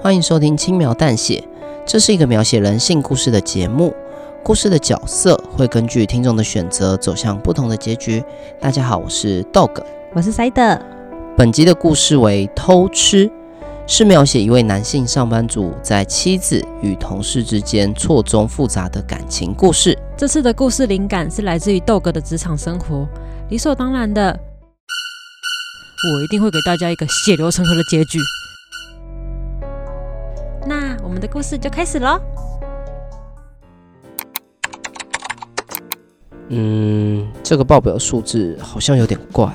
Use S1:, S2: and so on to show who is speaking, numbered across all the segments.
S1: 欢迎收听轻描淡写，这是一个描写人性故事的节目。故事的角色会根据听众的选择走向不同的结局。大家好，我是 Dog，
S2: 我是 Side。
S1: 本集的故事为偷吃，是描写一位男性上班族在妻子与同事之间错综复杂的感情故事。
S2: 这次的故事灵感是来自于 Dog 的职场生活，理所当然的，我一定会给大家一个血流成河的结局。那我们的故事就开始咯。
S1: 这个报表数字好像有点怪。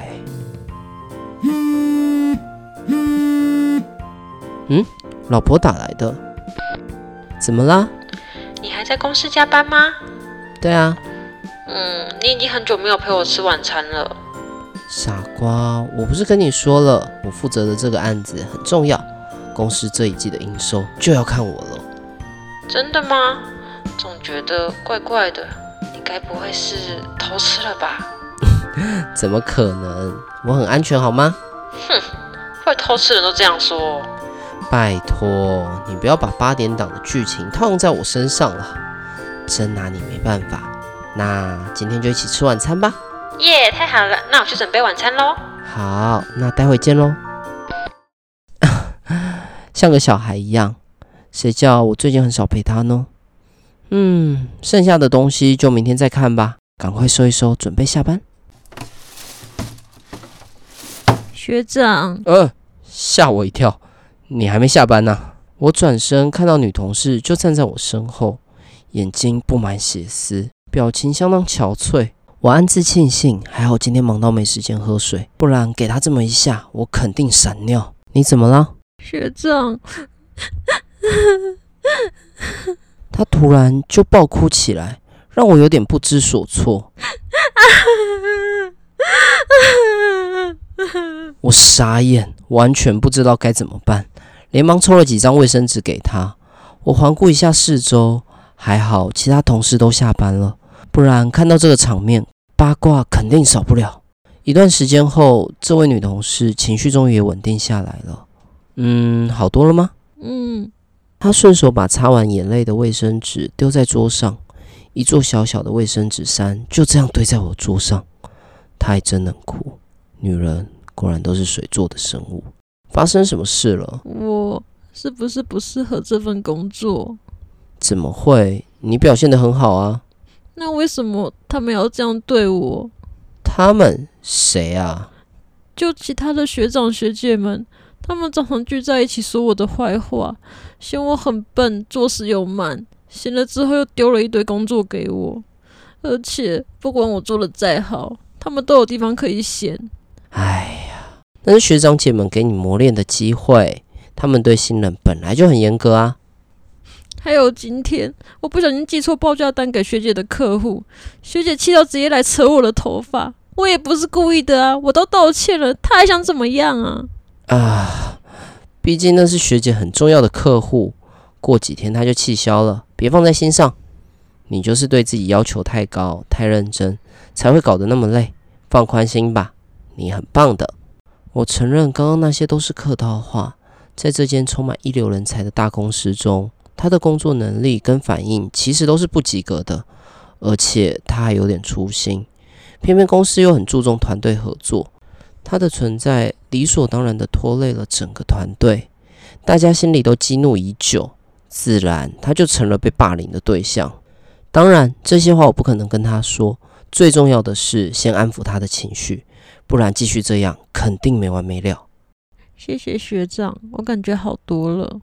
S1: 老婆打来的，怎么啦？
S3: 你还在公司加班吗？
S1: 对啊。
S3: 你已经很久没有陪我吃晚餐了。
S1: 傻瓜，我不是跟你说了，我负责的这个案子很重要，公司这一季的营收就要看我了。
S3: 真的吗？总觉得怪怪的，你该不会是偷吃了吧？
S1: 怎么可能？我很安全好吗？
S3: 会偷吃的人都这样说。
S1: 拜托，你不要把8点档的剧情套用在我身上了，真拿你没办法。那今天就一起吃晚餐吧。
S3: 耶，太好了，那我去准备晚餐咯。
S1: 好，那待会见咯。像个小孩一样，谁叫我最近很少陪他呢？剩下的东西就明天再看吧，赶快收一收，准备下班。
S2: 学长，
S1: 吓我一跳，你还没下班啊？我转身看到女同事就站在我身后，眼睛布满血丝，表情相当憔悴。我暗自庆幸，还好今天忙到没时间喝水，不然给她这么一下，我肯定闪尿。你怎么了？
S2: 学长。
S1: 她突然就爆哭起来，让我有点不知所措。我傻眼，完全不知道该怎么办，连忙抽了几张卫生纸给她。我环顾一下四周，还好其他同事都下班了，不然看到这个场面，八卦肯定少不了。一段时间后，这位女同事情绪终于也稳定下来了。好多了吗？她顺手把擦完眼泪的卫生纸丢在桌上，一座小小的卫生纸山就这样堆在我桌上。她还真能哭，女人果然都是水做的生物。发生什么事了？
S2: 我是不是不适合这份工作？
S1: 怎么会？你表现得很好啊。
S2: 那为什么他们要这样对我？
S1: 他们谁啊？
S2: 就其他的学长学姐们，他们常常聚在一起说我的坏话，嫌我很笨，做事又慢，闲了之后又丢了一堆工作给我，而且不管我做的再好，他们都有地方可以嫌。
S1: 哎呀，那是学长姐们给你磨练的机会，他们对新人本来就很严格啊。
S2: 还有今天，我不小心寄错报价单给学姐的客户，学姐气到直接来扯我的头发，我也不是故意的啊，我都道歉了，她还想怎么样啊？
S1: 毕竟那是学姐很重要的客户，过几天她就气消了，别放在心上。你就是对自己要求太高、太认真，才会搞得那么累。放宽心吧，你很棒的。我承认刚刚那些都是客套话，在这间充满一流人才的大公司中，他的工作能力跟反应其实都是不及格的，而且他还有点粗心，偏偏公司又很注重团队合作，他的存在理所当然的拖累了整个团队，大家心里都激怒已久，自然他就成了被霸凌的对象。当然这些话我不可能跟他说，最重要的是先安抚他的情绪，不然继续这样肯定没完没了。
S2: 谢谢学长，我感觉好多了。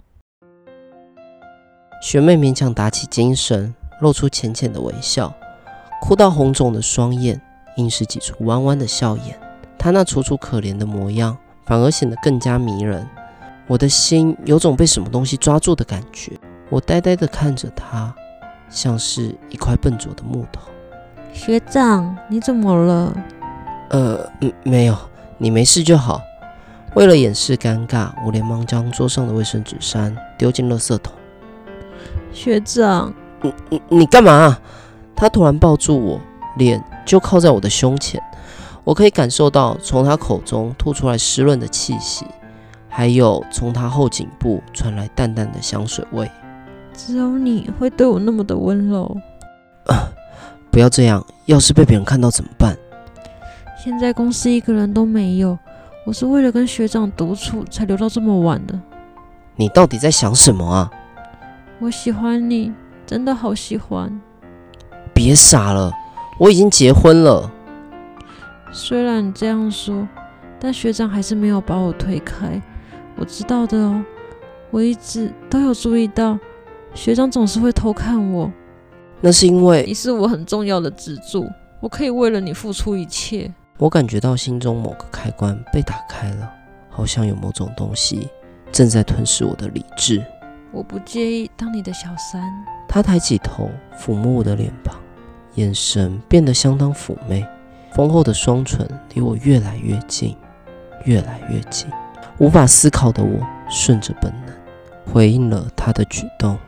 S1: 学妹勉强打起精神，露出浅浅的微笑，哭到红肿的双眼硬是挤出弯弯的笑颜。她那楚楚可怜的模样反而显得更加迷人，我的心有种被什么东西抓住的感觉。我呆呆地看着她，像是一块笨拙的木头。
S2: 学长，你怎么了？
S1: 没有，你没事就好。为了掩饰尴尬，我连忙将桌上的卫生纸山丢进垃圾桶。
S2: 学长，
S1: 你干嘛？他突然抱住我，脸就靠在我的胸前，我可以感受到从他口中吐出来湿润的气息， 还有从他后颈部传来淡淡的香水味。
S2: 只有你会对我那么的温柔。
S1: 不要这样，要是被别人看到怎么办？
S2: 现在公司一个人都没有，我是为了跟学长独处才留到这么晚的。
S1: 你到底在想什么啊？
S2: 我喜欢你，真的好喜欢。
S1: 别傻了，我已经结婚了。
S2: 虽然你这样说，但学长还是没有把我推开。我知道的哦，我一直都有注意到，学长总是会偷看我。
S1: 那是因为
S2: 你是我很重要的支柱，我可以为了你付出一切。
S1: 我感觉到心中某个开关被打开了，好像有某种东西正在吞噬我的理智。
S2: 我不介意当你的小三。
S1: 他抬起头抚摸我的脸庞，眼神变得相当妩媚，丰厚的双唇离我越来越近，越来越近。无法思考的我顺着本能回应了他的举动。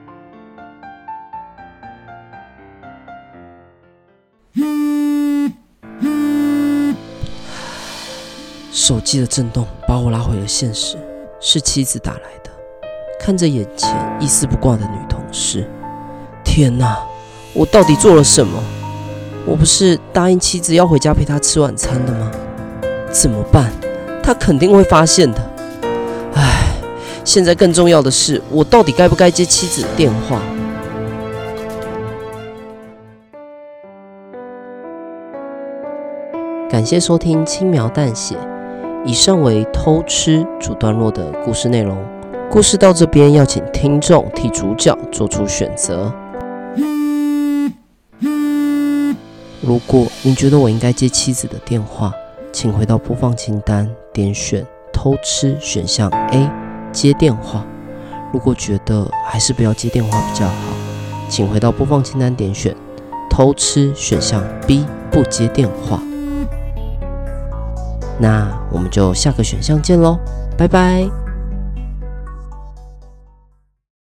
S1: 手机的震动把我拉回了现实，是妻子打来的。看着眼前一丝不挂的女同事，天哪，我到底做了什么？我不是答应妻子要回家陪她吃晚餐的吗？怎么办？她肯定会发现的。唉，现在更重要的是，我到底该不该接妻子的电话？感谢收听轻描淡写，以上为偷吃主段落的故事内容。故事到这边，要请听众替主角做出选择。如果您觉得我应该接妻子的电话，请回到播放清单，点选偷吃选项 A 接电话。如果觉得还是不要接电话比较好，请回到播放清单，点选偷吃选项 B 不接电话。那我们就下个选项见咯，拜拜。